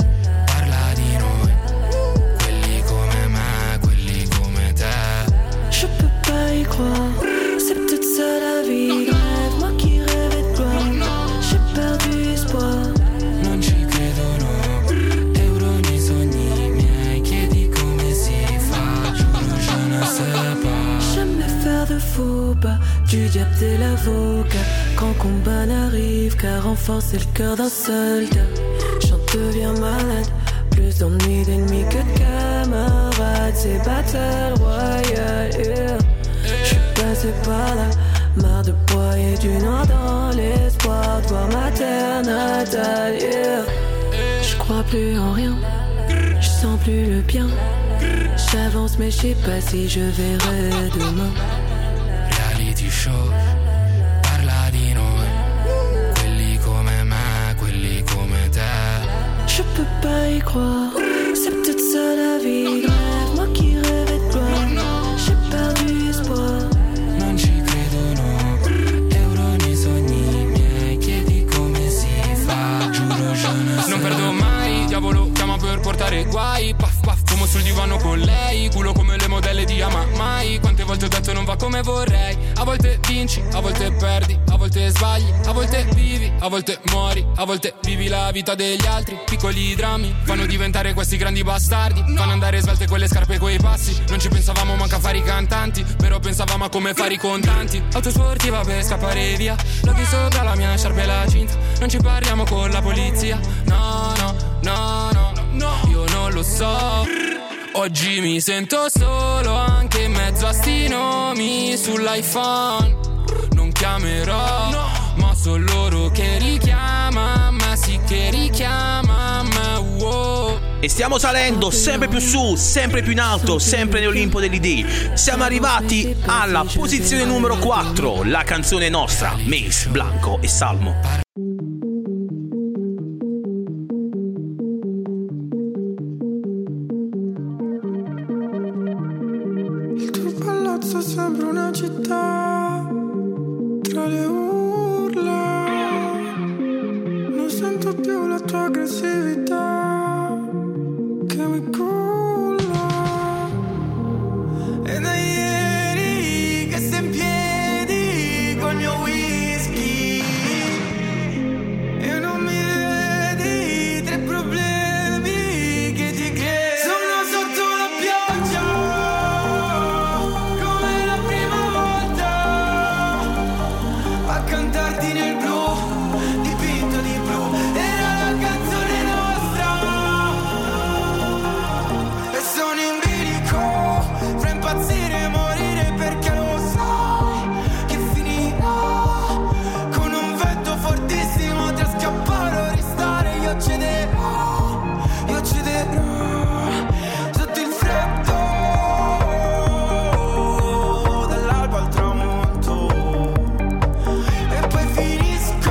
parla di noi, quelli come me, quelli come te. Je peux pas y croire, c'est peut-être ça la vie. Rêve, moi qui rêvais de toi, j'ai perdu espoir. Non ci credono, euro nei sogni miei, chiedi come si fa, giuro je ne sais pas. De faux pas, du diable t'es l'avocat. Quand combat n'arrive qu'à renforcer le cœur d'un soldat. J'en deviens malade, plus d'ennuis d'ennemis que de camarades. C'est battle royale, yeah. J'suis passé par là, marre de broyer du noir dans l'espoir de voir ma terre natale, yeah. J'crois plus en rien, j'sens plus le bien. J'avance mais je sais pas si je verrai demain. Reality show, parla di noi, quelli come me, quelli come te. Je peux pas y croire, c'est peut-être ça la vie. Rêve, moi qui rêvais de toi, j'ai perdu espoir. Non ci credono, euro nei sogni miei, chiedi come si fa, giuro je ne sais. Non perdo mai, diavolo chiama per portare guai. Puff puff, fumo sul divano con lei, culo come le modelle di Mai. Quante volte ho detto non va come vorrei. A volte vinci, a volte perdi, a volte sbagli, a volte vivi, a volte muori, a volte vivi la vita degli altri. Piccoli drammi fanno diventare questi grandi bastardi, fanno andare svelte quelle scarpe e quei passi. Non ci pensavamo manco a fare i cantanti, però pensavamo a come fare i contanti. Auto sportiva per scappare via, loghi sopra la mia sciarpa e la cinta. Non ci parliamo con la polizia, no no no no no, io non lo so. Oggi mi sento solo anche in mezzo a sti nomi sull'iPhone. Non chiamerò, ma sono loro che richiama me, sì che richiama me, wow. E stiamo salendo sempre più su, sempre più in alto, sempre nell'Olimpo dell'ID. Siamo arrivati alla posizione numero 4, la canzone nostra, Mace, Blanco e Salmo. Sembra una città tra le urla, non sento più la tua aggressività che mi culla. E da ieri che sei in piedi col mio whisky e non mi vedi, tre problemi che ti crei. Sono sotto la pioggia a cantarti nel blu, dipinto di blu, era la canzone nostra. E sono in bilico, fra impazzire e morire perché lo sai che finirà con un vento fortissimo tra scappare o restare. Io cederò sotto il freddo dall'alba al tramonto. E poi finisco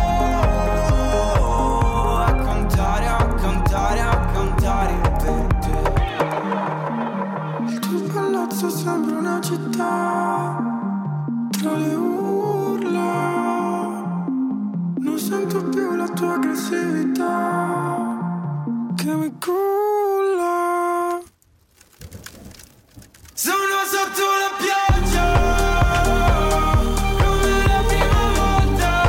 a contare, a contare, a contare per te. Il tuo palazzo sembra una città tra le urla, non sento più la tua aggressività che mi culla. Sono sotto la pioggia come la prima volta,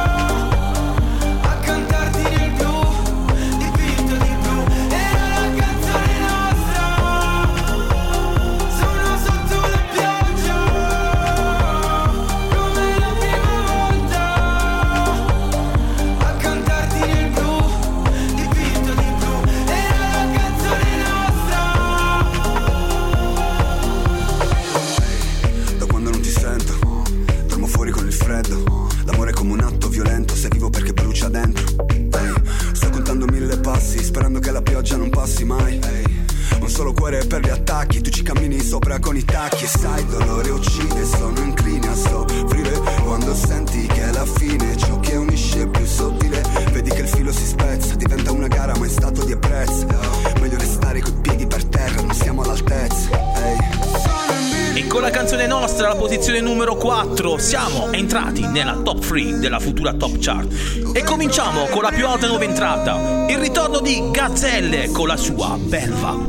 a cantarti nel blu, dipinto di blu, era la canzone nostra. Sono sotto la pioggia come la prima volta, a cantarti nel blu, dipinto di blu, era la canzone nostra. pioggia non passi mai, un solo cuore per gli attacchi, tu ci cammini sopra con i tacchi. E sai, il dolore uccide, sono incline a soffrire quando senti che è la fine, ciò che unisce è più sottile. Vedi che il filo si spezza, diventa una gara ma in stato di ebbrezza. Meglio restare coi piedi per terra, non siamo all'altezza. E con la canzone nostra, alla posizione numero 4, siamo entrati nella top 3 della futura top chart. E cominciamo con la più alta nuova entrata, il ritorno di Gazzelle con la sua Belva.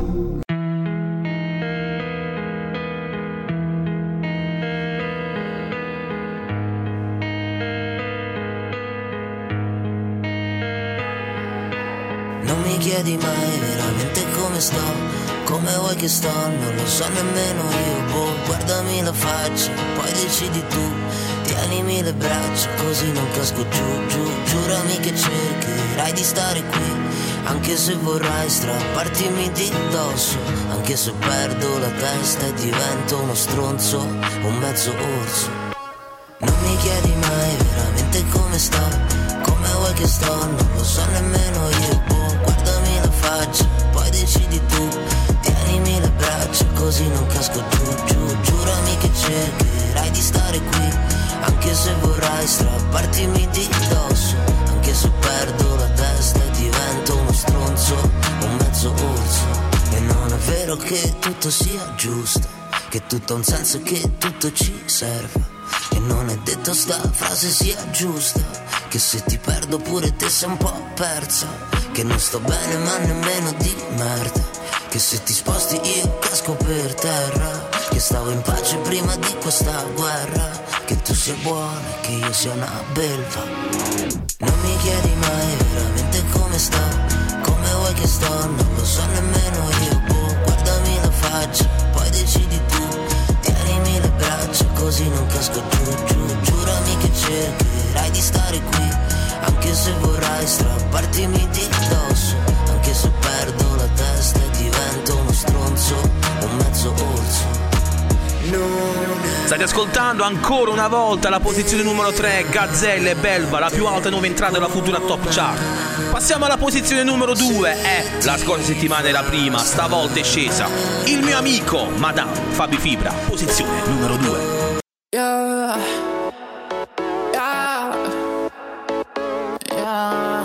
Non mi chiedi mai veramente come sto, come vuoi che sto, non lo so nemmeno io, boh. Guardami la faccia, poi decidi tu, tienimi le braccia così non casco giù, giù. Giurami che cercherai di stare qui, anche se vorrai strappartimi di dosso, anche se perdo la testa e divento uno stronzo, un mezzo orso. Non mi chiedi mai veramente come sto, come vuoi che sto, non lo so nemmeno io, boh. Guardami la faccia, poi decidi tu, tienimi le braccia così non casco giù, giù. Giurami che cercherai di stare qui, anche se vorrai strappartimi di dosso, anche se perdo la testa e divento uno stronzo, un mezzo orso. E non è vero che tutto sia giusto, che tutto ha un senso e che tutto ci serve. E non è detto sta frase sia giusta, che se ti perdo pure te sei un po' persa, che non sto bene ma nemmeno di merda, che se ti sposti io casco per terra, che stavo in pace prima di questa guerra, che tu sia buona e che io sia una belva. Non mi chiedi mai veramente come sto, come vuoi che sto, non lo so nemmeno io, boh. Guardami la faccia, poi decidi tu, tienimi le braccia così non casco giù, giù. Giurami che cercherai di stare qui, anche se vorrai strappartimi di dosso, anche se perdo la testa e divento uno stronzo, un mezzo orso. State ascoltando ancora una volta la posizione numero 3, Gazzelle e Belva, la più alta nuova entrata della futura top chart. Passiamo alla posizione numero 2, la scorsa settimana era prima, stavolta è scesa. Il mio amico Madame, Fabi Fibra, posizione numero 2. Yeah. Yeah. Yeah.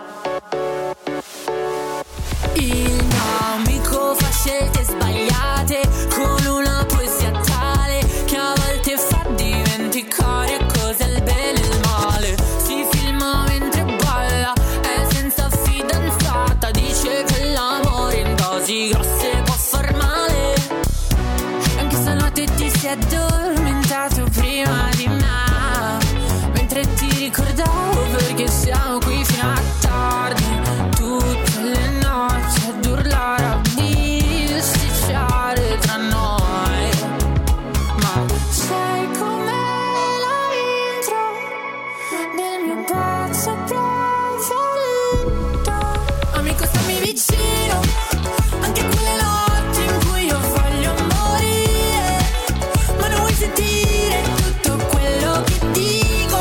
Il mio amico fa scelte sbagliate con una poesia tale che a volte fa dimenticare cos'è il bene e il male. Si filma mentre balla, è senza fidanzata, dice che l'amore in dosi grosse può far male. Anche stanotte ti sei addormentato prima di me, mentre ti ricordavo perché siamo qui fino a tardi, tutte le notti ad urlare, a bisticciare tra noi. Ma sai com'è l'intro del mio pezzo preferito? Amico, stammi vicino, anche quelle notti in cui io voglio morire, ma non vuoi sentire tutto quello che dico.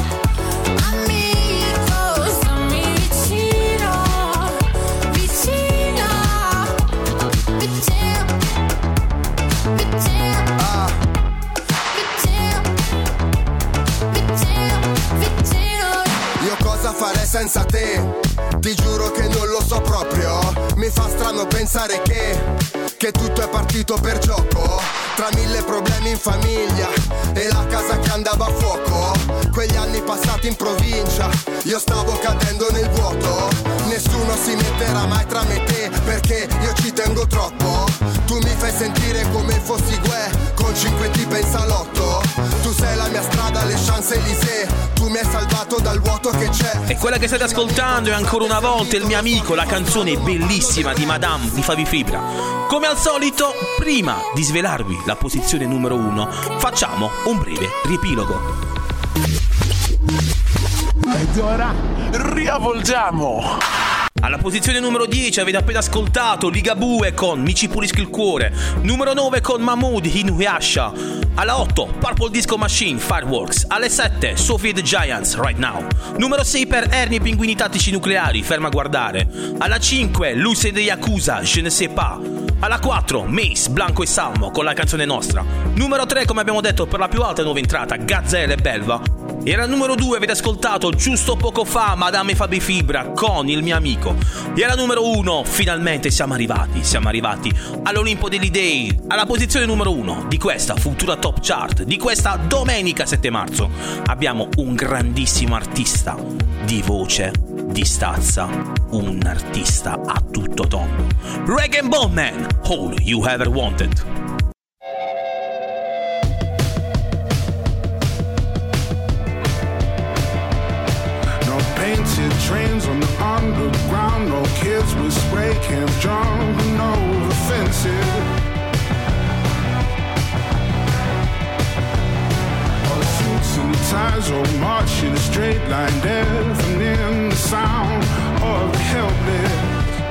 Amico, stammi vicino, vicino, vicino, vicino, vicino, vicino. Io cosa farei senza te? Ti giuro che non lo so proprio. Mi fa strano pensare che tutto è partito per gioco, tra mille problemi in famiglia e la casa che andava a fuoco. Quegli anni passati in provincia, io stavo cadendo nel vuoto. Nessuno si metterà mai tra me e te, perché io ci tengo troppo. Tu mi fai sentire come fossi Gue, con 5 tipe in salotto. Tu sei la mia strada, le Champs-Élysées, tu mi hai salvato dal vuoto che c'è. E quella che state ascoltando è ancora una volta Il mio amico, la canzone bellissima di Madame di Fabi Fibra. Come al solito, prima di svelarvi la posizione numero 1, facciamo un breve riepilogo. Ed ora riavvolgiamo. Alla posizione numero 10 avete appena ascoltato Ligabue con Mi ci pulisco il cuore. Numero 9 con Mahmood Inuyasha. Alla 8 Purple Disco Machine Fireworks. Alle 7 Sophie the Giants Right Now. Numero 6 per Ernie Pinguini Tattici Nucleari Ferma a guardare. Alla 5 Luce de Yakuza Je ne sais pas. Alla 4 Mace Blanco e Salmo con la canzone nostra. Numero 3 come abbiamo detto per la più alta nuova entrata Gazelle e Belva. E al numero 2 avete ascoltato giusto poco fa Madame Fabi Fibra con Il mio amico. E alla numero 1 finalmente siamo arrivati all'Olimpo degli Dei, alla posizione numero 1 di questa futura top chart, di questa domenica 7 marzo. Abbiamo un grandissimo artista di voce, di stazza, un artista a tutto tondo. Rag & Bone Man, All You Ever Wanted. Painted trains on the underground, no kids with spray cans jumping over fences. All the suits and the ties all march in a straight line, deafening the sound of the helpless.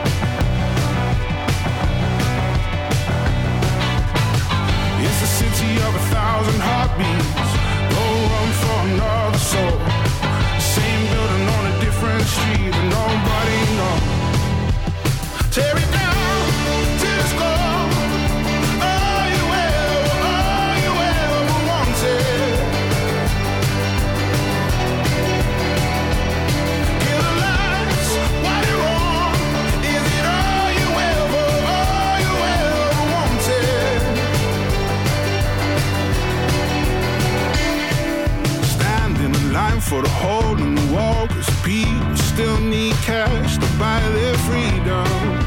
It's a city of 1,000 heartbeats, no room for another soul. Same building on a different street that nobody knows. Tear it down till it's gone. All you ever wanted. Kill the lights while you're on. Is it all you ever wanted? Stand in the line for the hole in the wall, 'cause people still need cash to buy their freedom.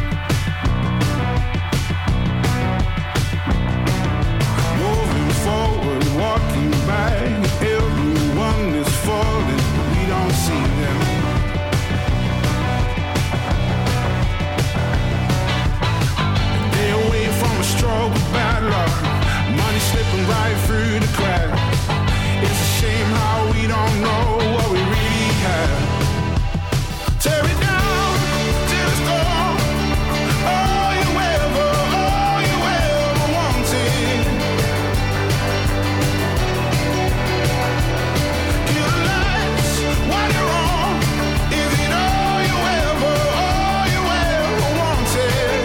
Moving forward, walking back, everyone is falling, we don't see them. They away from a struggle, bad luck, money slipping right through the cracks. It's a shame how we don't know what we really have. Tear it down till it's gone. All you ever wanted. Kill the lights while you're on. Is it all you ever wanted?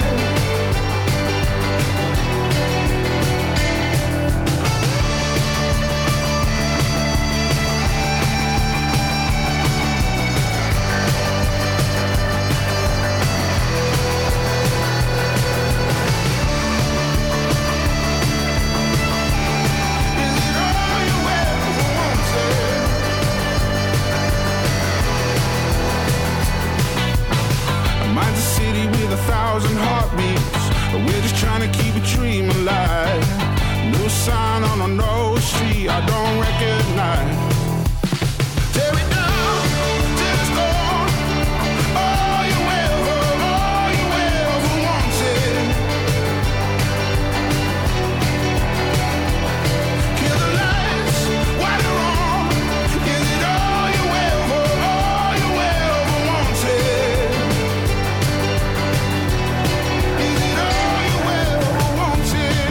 Mine's a city with 1,000 heartbeats. We're just trying to keep a dream alive. No sign on a no street I don't recognize. Tear it down till it's gone. All you ever wanted. Kill the lights while you're on. Is it all you ever wanted? Is it all you ever wanted?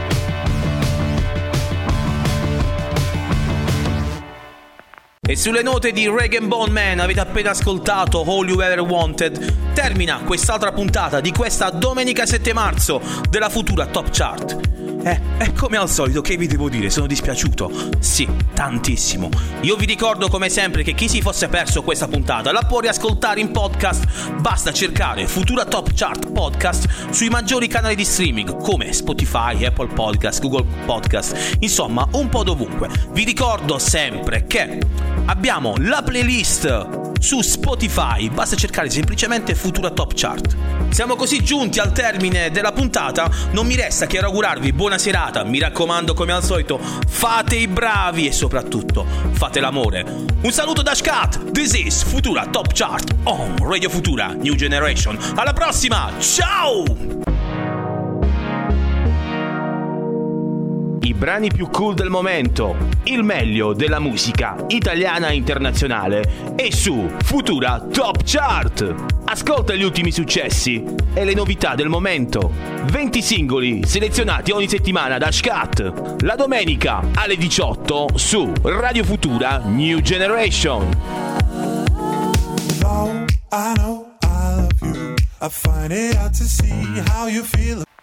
E sulle note di Rag & Bone Man avete appena ascoltato All You Ever Wanted. Termina quest'altra puntata di questa domenica 7 marzo della futura Top Chart. Come al solito, che vi devo dire? Sono dispiaciuto? Sì, tantissimo. Io vi ricordo come sempre che chi si fosse perso questa puntata la può riascoltare in podcast. Basta cercare Futura Top Chart Podcast sui maggiori canali di streaming come Spotify, Apple Podcast, Google Podcast, insomma un po' dovunque. Vi ricordo sempre che abbiamo la playlist su Spotify, basta cercare semplicemente Futura Top Chart. Siamo così giunti al termine della puntata, non mi resta che augurarvi buona serata, mi raccomando come al solito fate i bravi e soprattutto fate l'amore. Un saluto da Scat, this is Futura Top Chart on Radio Futura New Generation. Alla prossima, ciao! I brani più cool del momento, il meglio della musica italiana e internazionale è su Futura Top Chart. Ascolta gli ultimi successi e le novità del momento. 20 singoli selezionati ogni settimana da Scat. La domenica alle 18 su Radio Futura New Generation. Though I know I love you, I find it hard to see how you feel.